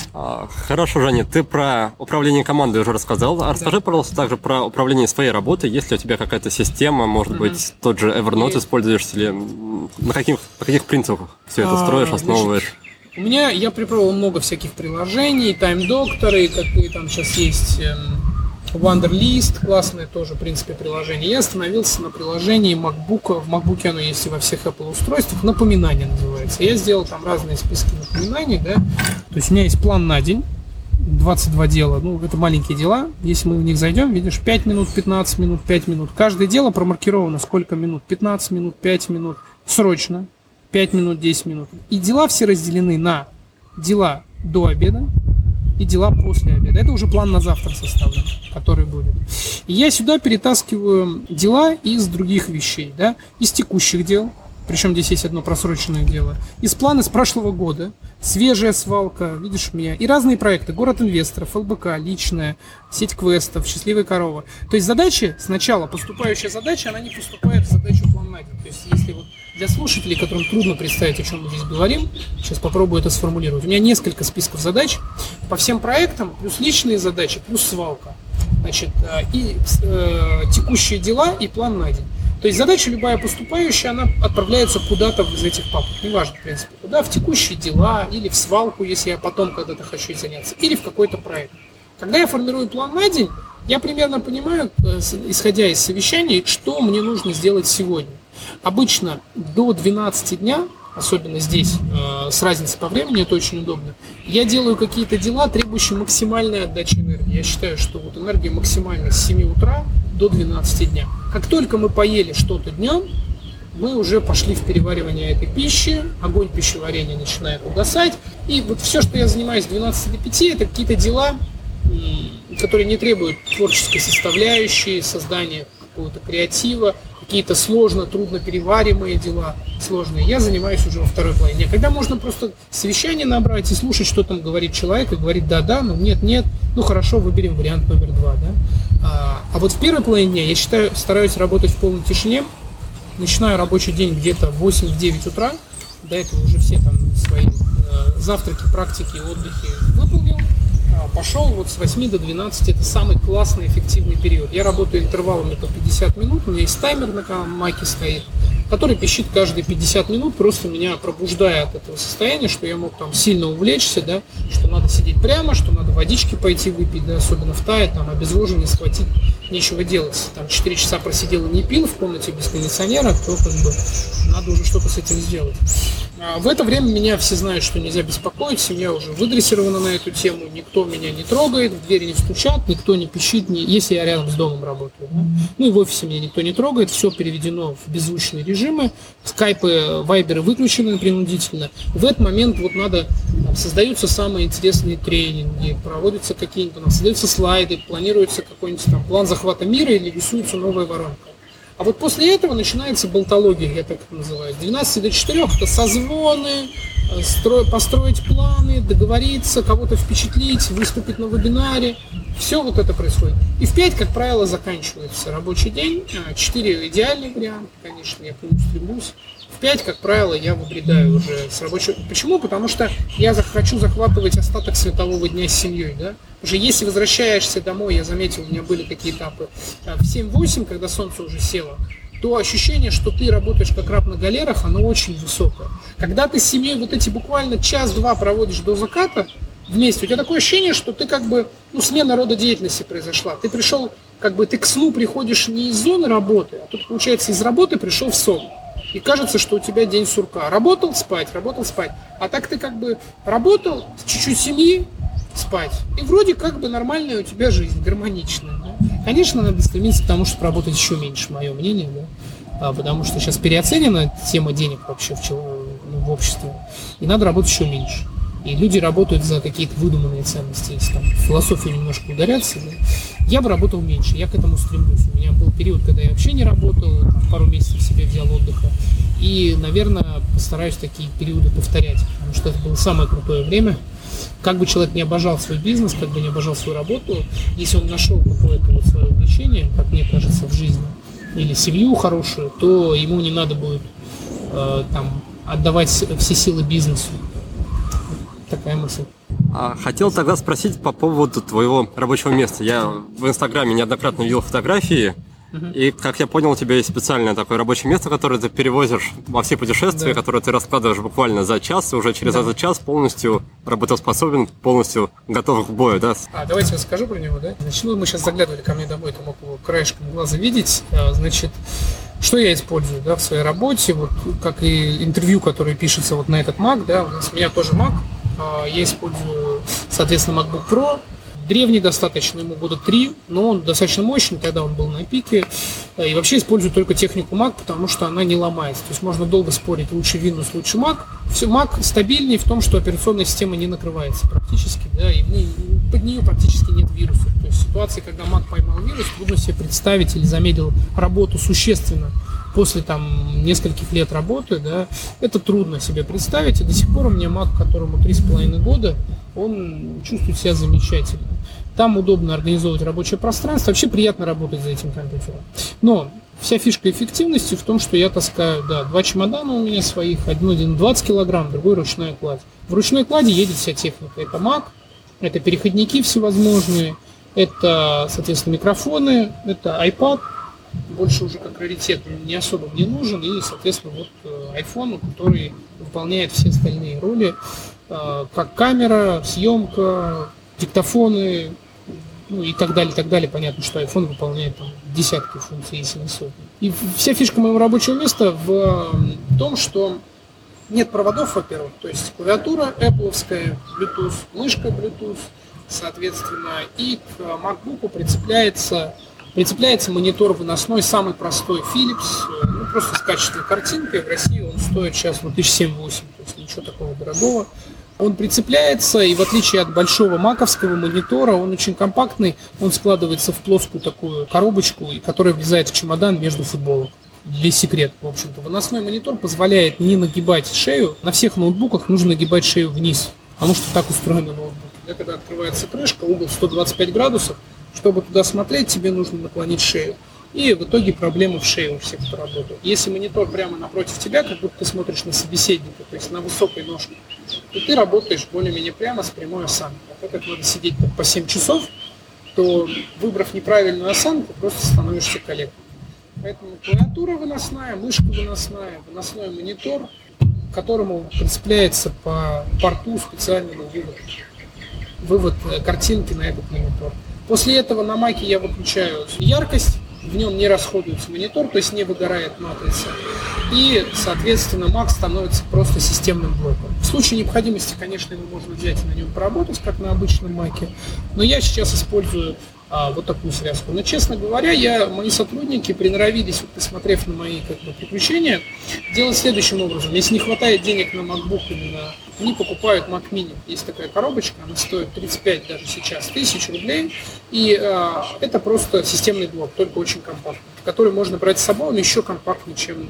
Хорошо, Женя, ты про управление командой уже рассказал. А расскажи, да. пожалуйста, также про управление своей работой. Есть ли у тебя какая-то система, может mm-hmm. быть, тот же Evernote используешь, или на каких, на каких принципах все это строишь, а, основываешь? Значит, у меня, я припробовал много всяких приложений, Time Doctor, и как и там сейчас есть эм, Wunderlist, классное тоже, в принципе, приложение. Я остановился на приложении MacBook, в MacBook оно есть и во всех Apple устройствах, напоминание называется. Я сделал там разные списки напоминаний, да, то есть у меня есть план на день, двадцать два дела, ну, это маленькие дела, если мы в них зайдем, видишь, пять минут, пятнадцать минут, пять минут, каждое дело промаркировано, сколько минут, пятнадцать минут, пять минут, срочно. пять минут, десять минут. И дела все разделены на дела до обеда и дела после обеда. Это уже план на завтра составлен, который будет. И я сюда перетаскиваю дела из других вещей, да, из текущих дел, причем здесь есть одно просроченное дело, из плана с прошлого года, свежая свалка, видишь у меня, и разные проекты, город инвесторов, ЛБК, личная, сеть квестов, счастливая корова. То есть задачи, сначала поступающая задача, она не поступает в задачу план на день. То есть если вот для слушателей, которым трудно представить, о чем мы здесь говорим, сейчас попробую это сформулировать. У меня несколько списков задач по всем проектам, плюс личные задачи, плюс свалка. Значит, и э, текущие дела, и план на день. То есть задача любая поступающая, она отправляется куда-то из этих папок. Неважно, в принципе, куда, в текущие дела, или в свалку, если я потом когда-то хочу заняться, или в какой-то проект. Когда я формирую план на день, я примерно понимаю, исходя из совещаний, что мне нужно сделать сегодня. Обычно до двенадцати дня, особенно здесь, э, с разницей по времени, это очень удобно, я делаю какие-то дела, требующие максимальной отдачи энергии. Я считаю, что вот энергия максимальна с семи утра до двенадцати дня. Как только мы поели что-то днем, мы уже пошли в переваривание этой пищи, огонь пищеварения начинает угасать, и вот все, что я занимаюсь с двенадцати до пяти, это какие-то дела, которые не требуют творческой составляющей, создания какого-то креатива, какие-то сложно, трудно перевариваемые дела, сложные, я занимаюсь уже во второй половине. Когда можно просто совещание набрать и слушать, что там говорит человек, и говорить да-да, ну нет-нет, ну хорошо, выберем вариант номер два. Да? А, а вот в первой половине дня я считаю, стараюсь работать в полной тишине, начинаю рабочий день где-то в восемь-девять утра, до этого уже все там свои э, завтраки, практики, отдыхи выполнил. Пошел вот с восьми до двенадцати, это самый классный, эффективный период. Я работаю интервалами по пятьдесят минут, у меня есть таймер на маке стоит, который пищит каждые пятьдесят минут, просто меня пробуждая от этого состояния, что я мог там сильно увлечься, да, что надо сидеть прямо, что надо водички пойти выпить, да, особенно в Тае, там обезвоживание схватить, нечего делать. Там четыре часа просидел и не пил в комнате без кондиционера, то как бы надо уже что-то с этим сделать. А в это время меня все знают, что нельзя беспокоить, семья уже выдрессирована на эту тему, никто меня не трогает, в двери не стучат, никто не пищит, не... если я рядом с домом работаю. Да? Ну и в офисе меня никто не трогает, все переведено в беззвучные режимы, скайпы, вайберы выключены принудительно. В этот момент вот надо, там, создаются самые интересные тренинги, проводятся какие-нибудь, там, создаются слайды, планируется какой-нибудь там план захвата мира или рисуется новая воронка. А вот после этого начинается болтология, я так это называю. С двенадцати до четырёх это созвоны, стро... построить планы, договориться, кого-то впечатлить, выступить на вебинаре. Все вот это происходит. И в пять, как правило, заканчивается рабочий день. четыре идеальный вариант, конечно, я к нему стремлюсь. В пять, как правило, я выбредаю уже с рабочего... Почему? Потому что я хочу захватывать остаток светового дня с семьей, да? Потому что если возвращаешься домой, я заметил, у меня были такие этапы, в семь-восемь, когда солнце уже село, то ощущение, что ты работаешь как раб на галерах, оно очень высокое. Когда ты с семьей вот эти буквально час-два проводишь до заката вместе, у тебя такое ощущение, что ты как бы, ну, смена рода деятельности произошла. Ты пришел, как бы, ты к сну приходишь не из зоны работы, а тут, получается, из работы пришел в сон. И кажется, что у тебя день сурка. Работал, спать, работал, спать. А так ты как бы работал, чуть-чуть семьи, спать. И вроде как бы нормальная у тебя жизнь, гармоничная. Да? Конечно, надо стремиться к тому, чтобы работать еще меньше, мое мнение. Да? А, потому что сейчас переоценена тема денег вообще в, ну, в обществе. И надо работать еще меньше. И люди работают за какие-то выдуманные ценности. Если там в философию немножко ударяться, да? Я бы работал меньше, я к этому стремлюсь. У меня был период, когда я вообще не работал, пару месяцев себе взял отдыха. И, наверное, постараюсь такие периоды повторять, потому что это было самое крутое время. Как бы человек не обожал свой бизнес, как бы не обожал свою работу, если он нашел какое-то вот свое увлечение, как мне кажется, в жизни, или семью хорошую, то ему не надо будет э, там, отдавать все силы бизнесу. Такая мысль. Хотел тогда спросить по поводу твоего рабочего места. Я в Инстаграме неоднократно видел фотографии, uh-huh. и, как я понял, у тебя есть специальное такое рабочее место, которое ты перевозишь во все путешествия, да. которое ты раскладываешь буквально за час, и уже через да. этот час полностью работоспособен, полностью готов к бою, да? А, давайте я скажу про него, да? Начну, мы сейчас заглядывали ко мне домой, ты мог его краешком глаза видеть, значит... Что я использую, да, в своей работе, вот как и интервью, которое пишется вот на этот Mac, да, у нас у меня тоже Mac, я использую, соответственно, MacBook Pro, древний достаточно, ему года три, но он достаточно мощный, тогда он был на пике, и вообще использую только технику Mac, потому что она не ломается, то есть можно долго спорить, лучше Windows, лучше Mac, все, Mac стабильнее в том, что операционная система не накрывается практически, да, и в ней, под нее практически нет вирусов. То есть ситуации, когда Mac поймал вирус, трудно себе представить или замедлил работу существенно после там нескольких лет работы, да, это трудно себе представить. И до сих пор у меня Mac, которому три с половиной года, он чувствует себя замечательно. Там удобно организовывать рабочее пространство, вообще приятно работать за этим компьютером. Но вся фишка эффективности в том, что я таскаю, да, два чемодана у меня своих, один двадцать килограмм, другой ручная кладь. В ручной клади едет вся техника. Это Mac, это переходники всевозможные, это, соответственно, микрофоны, это iPad, больше уже как раритет не особо мне нужен, и, соответственно, вот iPhone, который выполняет все остальные роли, как камера, съемка, диктофоны, ну и так далее, так далее. Понятно, что iPhone выполняет там десятки функций, если не сотни. И вся фишка моего рабочего места в том, что нет проводов, во-первых, то есть клавиатура Apple-овская, Bluetooth, мышка Bluetooth, соответственно, и к MacBook прицепляется, прицепляется монитор выносной, самый простой Philips, ну, просто с качественной картинкой. В России он стоит сейчас ну, тысяч семь-восемь, то есть ничего такого дорогого. Он прицепляется, и в отличие от большого маковского монитора, он очень компактный, он складывается в плоскую такую коробочку, которая влезает в чемодан между футболок. Для секрета, в общем-то. Выносной монитор позволяет не нагибать шею. На всех ноутбуках нужно нагибать шею вниз, потому что так устроены ноутбуки. Когда открывается крышка, угол сто двадцать пять градусов, чтобы туда смотреть, тебе нужно наклонить шею. и в итоге проблемы в шее у всех, кто работает. Если монитор прямо напротив тебя, как будто ты смотришь на собеседника, то есть на высокой ножке, то ты работаешь более-менее прямо с прямой осанкой. А так как надо сидеть по семь часов, то, выбрав неправильную осанку, просто становишься калекой. Поэтому клавиатура выносная, мышка выносная, выносной монитор, к которому прицепляется по порту специальный вывод, вывод картинки на этот монитор. После этого на маке я выключаю яркость, в нем не расходуется монитор, то есть не выгорает матрица. И, соответственно, Mac становится просто системным блоком. В случае необходимости, конечно, его можно взять и на нем поработать, как на обычном Mac. Но я сейчас использую а, вот такую связку. Но, честно говоря, я, мои сотрудники приноровились, вот, посмотрев на мои как бы, приключения, делать следующим образом. Если не хватает денег на MacBook или на... Они покупают Mac Mini. Есть такая коробочка, она стоит тридцать пять даже сейчас тысяч рублей. И а, это просто системный блок, только очень компактный, который можно брать с собой, он еще компактнее, чем...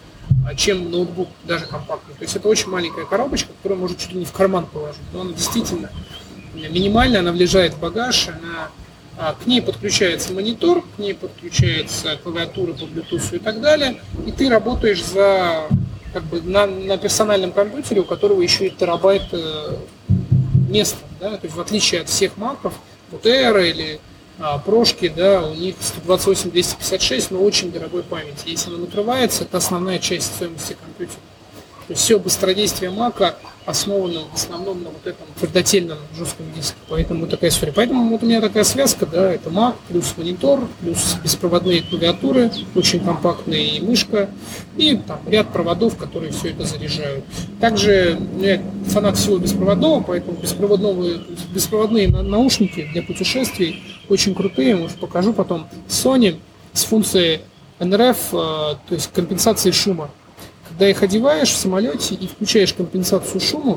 чем ноутбук, даже компактный. То есть это очень маленькая коробочка, которую можно чуть ли не в карман положить. Но она действительно минимальная, она влезает в багаж, она, а, к ней подключается монитор, к ней подключается клавиатура по Bluetooth и так далее. И ты работаешь за, как бы, на, на персональном компьютере, у которого еще и терабайт э, места. Да? То есть в отличие от всех маков, вот Air или А, прошки, да, у них сто двадцать восемь двести пятьдесят шесть, но очень дорогой памяти. Если она накрывается, это основная часть стоимости компьютера. То есть все быстродействие Мака основано в основном на вот этом твердотельном жестком диске. Поэтому такая история. Поэтому вот у меня такая связка, да, это Mac плюс монитор, плюс беспроводные клавиатуры, очень компактная и мышка, и там ряд проводов, которые все это заряжают. Также ну, я фанат всего беспроводного, поэтому беспроводные, беспроводные наушники для путешествий очень крутые. Может, покажу потом. Sony с функцией эн эр эф, то есть компенсации шума. Когда их одеваешь в самолете и включаешь компенсацию шума,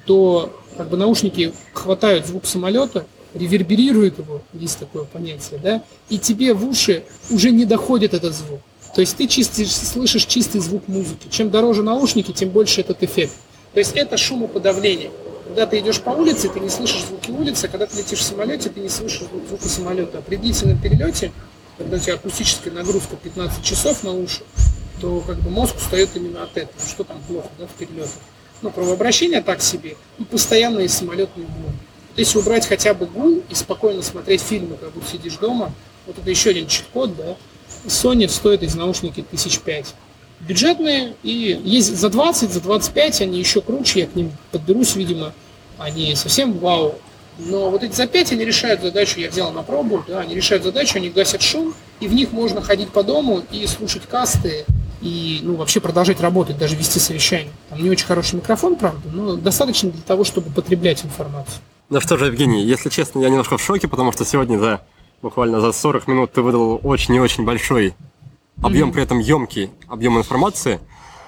то как бы наушники хватают звук самолета, реверберируют его, есть такое понятие, да, и тебе в уши уже не доходит этот звук. То есть ты чисто, слышишь чистый звук музыки. Чем дороже наушники, тем больше этот эффект. То есть это шумоподавление. Когда ты идешь по улице, ты не слышишь звуки улицы, когда ты летишь в самолете, ты не слышишь звука самолета. А при длительном перелете, когда у тебя акустическая нагрузка пятнадцать часов на уши, то как бы мозг устает именно от этого, что там плохо, да, в перелетах. Ну, кровообращение так себе, и постоянные самолетные гул. Если убрать хотя бы гул и спокойно смотреть фильмы, как будто сидишь дома, вот это еще один чит-код, да, Sony стоит из наушники тысяч пять. Бюджетные, и есть за двадцать, за двадцать пять, они еще круче, я к ним подберусь, видимо, они совсем вау. Но вот эти за пять они решают задачу, я взял на пробу, да, они решают задачу, они гасят шум, и в них можно ходить по дому и слушать касты, и ну, вообще продолжать работать, даже вести совещание. Там не очень хороший микрофон, правда, но достаточно для того, чтобы потреблять информацию. Ну что же, Евгений, если честно, я немножко в шоке, потому что сегодня за буквально за сорок минут ты выдал очень и очень большой объем, mm-hmm. при этом емкий объем информации.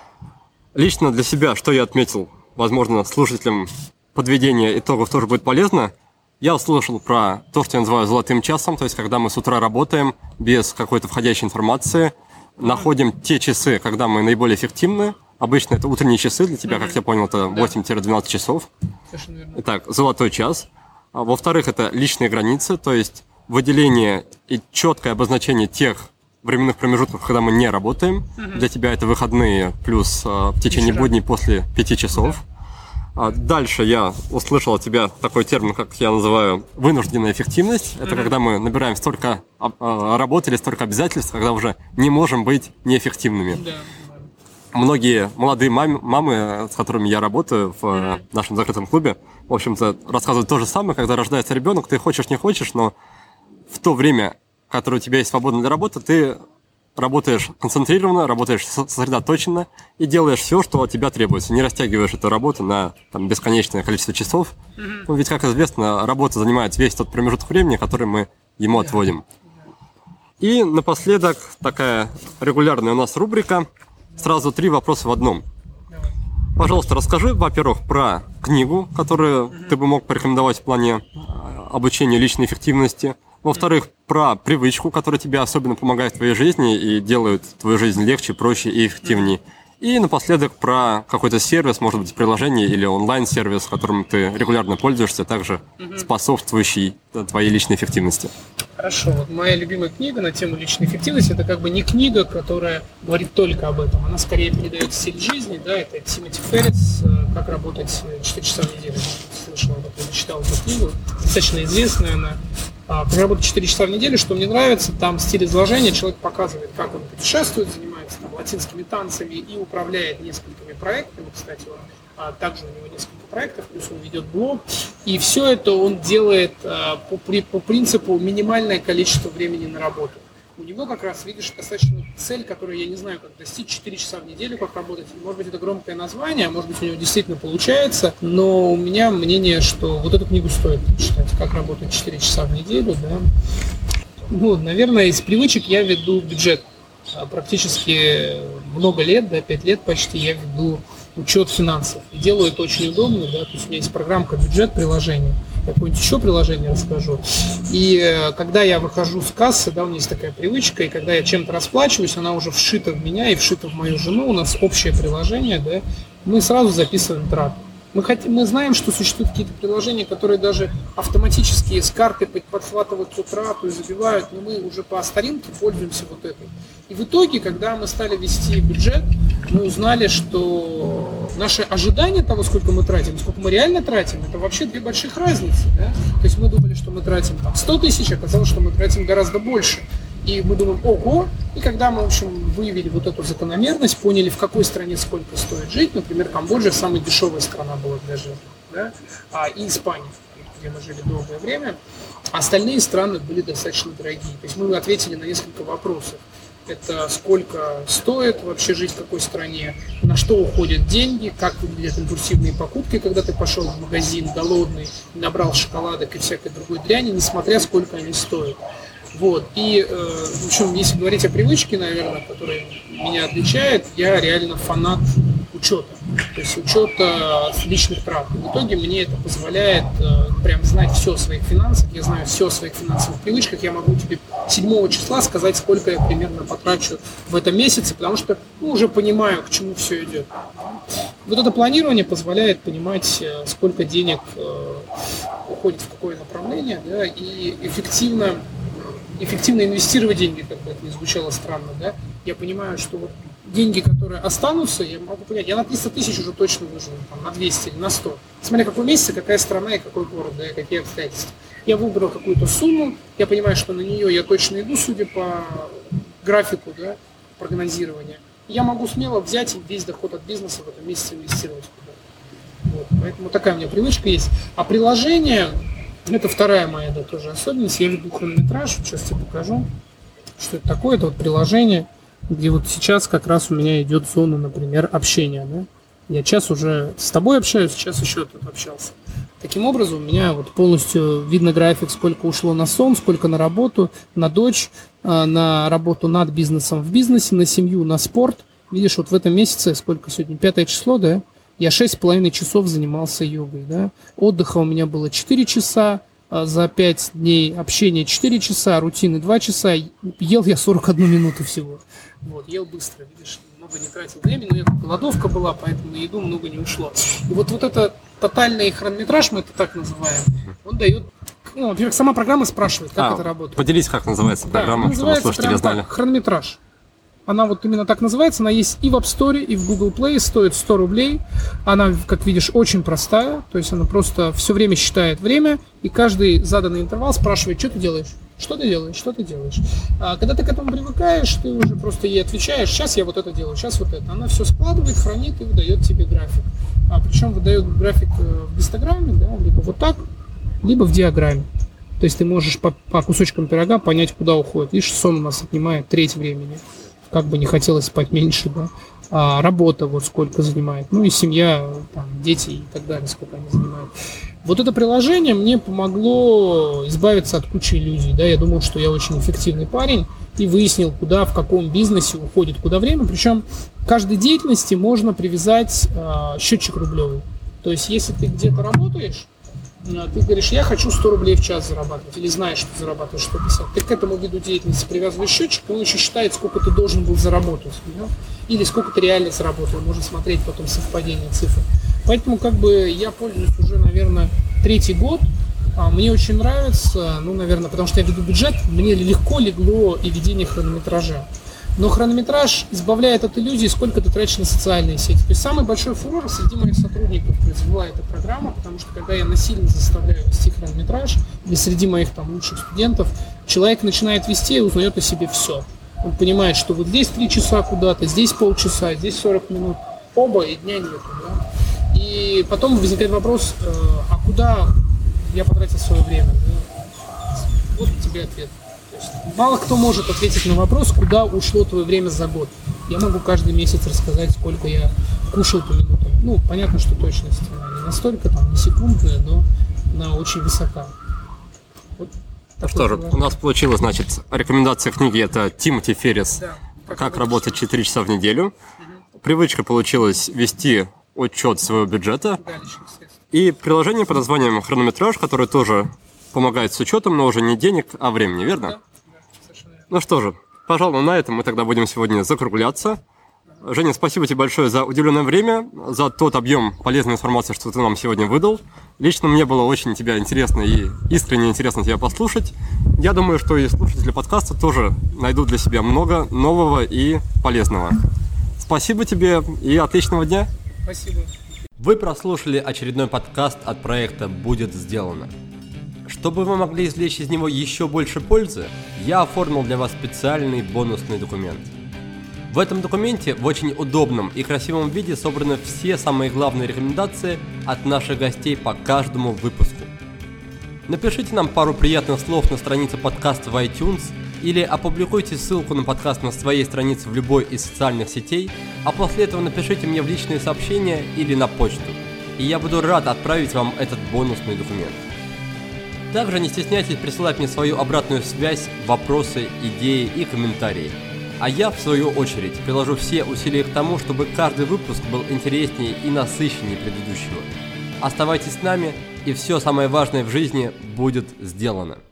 Лично для себя, что я отметил, возможно, слушателям подведение итогов тоже будет полезно. Я услышал про то, что я называю золотым часом, то есть когда мы с утра работаем без какой-то входящей информации, находим те часы, когда мы наиболее эффективны. Обычно это утренние часы, для тебя, mm-hmm. как я понял, это восемь-двенадцать часов. Итак, золотой час. А, во-вторых, это личные границы, то есть выделение и четкое обозначение тех временных промежутков, когда мы не работаем. Mm-hmm. Для тебя это выходные плюс а, в течение Вечера. будней после пяти часов. Да. А, дальше я услышал от тебя такой термин, как я называю, вынужденная эффективность. Это mm-hmm. когда мы набираем столько а, работы или столько обязательств, когда уже не можем быть неэффективными. Yeah. Многие молодые мам, мамы, с которыми я работаю в mm-hmm. нашем закрытом клубе, в общем-то, рассказывают то же самое, когда рождается ребенок, ты хочешь, не хочешь, но в то время, которое у тебя есть свободно для работы, ты работаешь концентрированно, работаешь сосредоточенно и делаешь все, что от тебя требуется. Не растягиваешь эту работу на там, бесконечное количество часов. Mm-hmm. Ну, ведь, как известно, работа занимает весь тот промежуток времени, который мы ему отводим. И напоследок такая регулярная у нас рубрика. Сразу три вопроса в одном. Пожалуйста, расскажи, во-первых, про книгу, которую mm-hmm. ты бы мог порекомендовать в плане обучения личной эффективности. Во-вторых, про привычку, которая тебе особенно помогает в твоей жизни и делает твою жизнь легче, проще и эффективнее. И напоследок про какой-то сервис, может быть, приложение или онлайн-сервис, которым ты регулярно пользуешься, также угу. способствующий твоей личной эффективности. Хорошо. Вот моя любимая книга на тему личной эффективности, это как бы не книга, которая говорит только об этом. Она скорее передает стиль жизни, да, это Тимоти Феррис «Как работать четыре часа в неделю». Слышал об этом, читал эту книгу. Достаточно известная она. Как работать четыре часа в неделю, что мне нравится, там стиль изложения, человек показывает, как он путешествует, занимается там, латинскими танцами и управляет несколькими проектами, кстати, он, а также у него несколько проектов, плюс он ведет блог, и все это он делает а, по, по принципу минимальное количество времени на работу. У него как раз, видишь, достаточно цель, которую я не знаю, как достичь четыре часа в неделю, как работать. Может быть, это громкое название, может быть, у него действительно получается, но у меня мнение, что вот эту книгу стоит читать, как работать четыре часа в неделю, да. Ну, наверное, из привычек я веду бюджет. Практически много лет, да, пять лет почти я веду учет финансов. И делаю это очень удобно, да, то есть у меня есть программка бюджет приложение. Я какое-нибудь еще приложение расскажу. И э, когда я выхожу с кассы, да, у меня есть такая привычка, и когда я чем-то расплачиваюсь, она уже вшита в меня и вшита в мою жену, у нас общее приложение, да, мы сразу записываем траты. Мы, хотим, мы знаем, что существуют какие-то приложения, которые даже автоматически с карты подхватывают ту трату и забивают, но мы уже по старинке пользуемся вот этой. И в итоге, когда мы стали вести бюджет, мы узнали, что наши ожидания того, сколько мы тратим, сколько мы реально тратим, это вообще две больших разницы. Да? То есть мы думали, что мы тратим там, сто тысяч, оказалось, что мы тратим гораздо больше. И мы думаем, ого, и когда мы, в общем, выявили вот эту закономерность, поняли, в какой стране сколько стоит жить, например, Камбоджа самая дешевая страна была для жизни, да? а, и Испания, где мы жили долгое время, а остальные страны были достаточно дорогие. То есть мы ответили на несколько вопросов. Это сколько стоит вообще жить в какой стране, на что уходят деньги, как выглядят импульсивные покупки, когда ты пошел в магазин голодный, набрал шоколадок и всякой другой дряни, несмотря сколько они стоят. Вот. И, э, в общем, если говорить о привычке, наверное, которая меня отличает, я реально фанат учета. То есть учета личных трат. В итоге мне это позволяет э, прям знать все о своих финансах. Я знаю все о своих финансовых привычках. Я могу тебе седьмого числа сказать, сколько я примерно потрачу в этом месяце, потому что ну, уже понимаю, к чему все идет. Вот это планирование позволяет понимать, сколько денег э, уходит в какое направление, да, и эффективно эффективно инвестировать деньги, как бы это ни звучало странно, да, я понимаю, что вот деньги, которые останутся, я могу понять, я на триста тысяч уже точно выживу, там, на двести или на сто, смотря какой месяц, какая страна и какой город, да, и какие обстоятельства. Я выбрал какую-то сумму, я понимаю, что на нее я точно иду, судя по графику, да, прогнозирования. Я могу смело взять и весь доход от бизнеса в этом месяце инвестировать куда-то. Вот, поэтому такая у меня привычка есть. А приложение... Это вторая моя, да, тоже особенность. Я веду хронометраж, сейчас тебе покажу, что это такое. Это вот приложение, где вот сейчас как раз у меня идет зона, например, общения. Да? Я час уже с тобой общаюсь, час еще тут общался. Таким образом, у меня вот полностью видно график, сколько ушло на сон, сколько на работу, на дочь, на работу над бизнесом в бизнесе, на семью, на спорт. Видишь, вот в этом месяце, сколько сегодня, пятое число, да? Я шесть с половиной часов занимался йогой, да. Отдыха у меня было четыре часа, за пять дней общения четыре часа, рутины два часа. Ел я сорок одну минуту всего. Вот, ел быстро, видишь, много не тратил времени, но голодовка была, поэтому на еду много не ушло. И вот, вот это тотальный хронометраж, мы это так называем, он дает... Ну, во-первых, сама программа спрашивает, как а, это работает. Поделись, как называется программа, да, чтобы слушатели знали. Так, хронометраж. Она вот именно так называется, она есть и в App Store, и в Google Play, стоит сто рублей. Она, как видишь, очень простая, то есть она просто все время считает время, и каждый заданный интервал спрашивает, что ты делаешь, что ты делаешь, что ты делаешь. А когда ты к этому привыкаешь, ты уже просто ей отвечаешь, сейчас я вот это делаю, сейчас вот это. Она все складывает, хранит и выдает тебе график. А причем выдает график в гистограмме, да, либо вот так, либо в диаграмме. То есть ты можешь по, по кусочкам пирога понять, куда уходит. Видишь, сон у нас отнимает треть времени. Как бы не хотелось спать меньше, да, а работа вот сколько занимает, ну и семья, там, дети и так далее, сколько они занимают. Вот это приложение мне помогло избавиться от кучи иллюзий, да, я думал, что я очень эффективный парень и выяснил, куда, в каком бизнесе уходит куда время, причем к каждой деятельности можно привязать э, счетчик рублевый, то есть если ты где-то работаешь, ты говоришь, я хочу сто рублей в час зарабатывать, или знаешь, что зарабатываешь сто пятьдесят. Ты к этому виду деятельности привязываешь счетчик, и он еще считает, сколько ты должен был заработать, да? Или сколько ты реально заработал, можно смотреть потом совпадение цифр. Поэтому как бы я пользуюсь уже, наверное, третий год. Мне очень нравится, ну, наверное, потому что я веду бюджет, мне легко легло и ведение хронометража. Но хронометраж избавляет от иллюзии, сколько ты тратишь на социальные сети. То есть самый большой фурор среди моих сотрудников произвела эта программа, потому что когда я насильно заставляю вести хронометраж, или среди моих там лучших студентов, человек начинает вести и узнает о себе все. Он понимает, что вот здесь три часа куда-то, здесь полчаса, здесь сорок минут, оба, и дня нету. Да? И потом возникает вопрос, э, а куда я потратил свое время? Да? Вот тебе ответ. Мало кто может ответить на вопрос, куда ушло твое время за год. Я могу каждый месяц рассказать, сколько я кушал по минутам. Ну, понятно, что точность не настолько, там, не секундная, но она очень высока. Вот. Ну что же, у нас получилось, значит, рекомендация книги — это Тимоти Феррис, да, «Как, как работать четыре часа в неделю». Угу. Привычка получилась вести учет своего бюджета. Да, и приложение под названием «Хронометраж», которое тоже помогает с учетом, но уже не денег, а времени, верно? Да. Ну что же, пожалуй, на этом мы тогда будем сегодня закругляться. Женя, спасибо тебе большое за уделенное время, за тот объем полезной информации, что ты нам сегодня выдал. Лично мне было очень тебя интересно и искренне интересно тебя послушать. Я думаю, что и слушатели подкаста тоже найдут для себя много нового и полезного. Спасибо тебе и отличного дня. Спасибо. Вы прослушали очередной подкаст от проекта «Будет сделано». Чтобы вы могли извлечь из него еще больше пользы, я оформил для вас специальный бонусный документ. В этом документе в очень удобном и красивом виде собраны все самые главные рекомендации от наших гостей по каждому выпуску. Напишите нам пару приятных слов на странице подкаста в iTunes или опубликуйте ссылку на подкаст на своей странице в любой из социальных сетей, а после этого напишите мне в личные сообщения или на почту, и я буду рад отправить вам этот бонусный документ. Также не стесняйтесь присылать мне свою обратную связь, вопросы, идеи и комментарии. А я, в свою очередь, приложу все усилия к тому, чтобы каждый выпуск был интереснее и насыщеннее предыдущего. Оставайтесь с нами, и все самое важное в жизни будет сделано.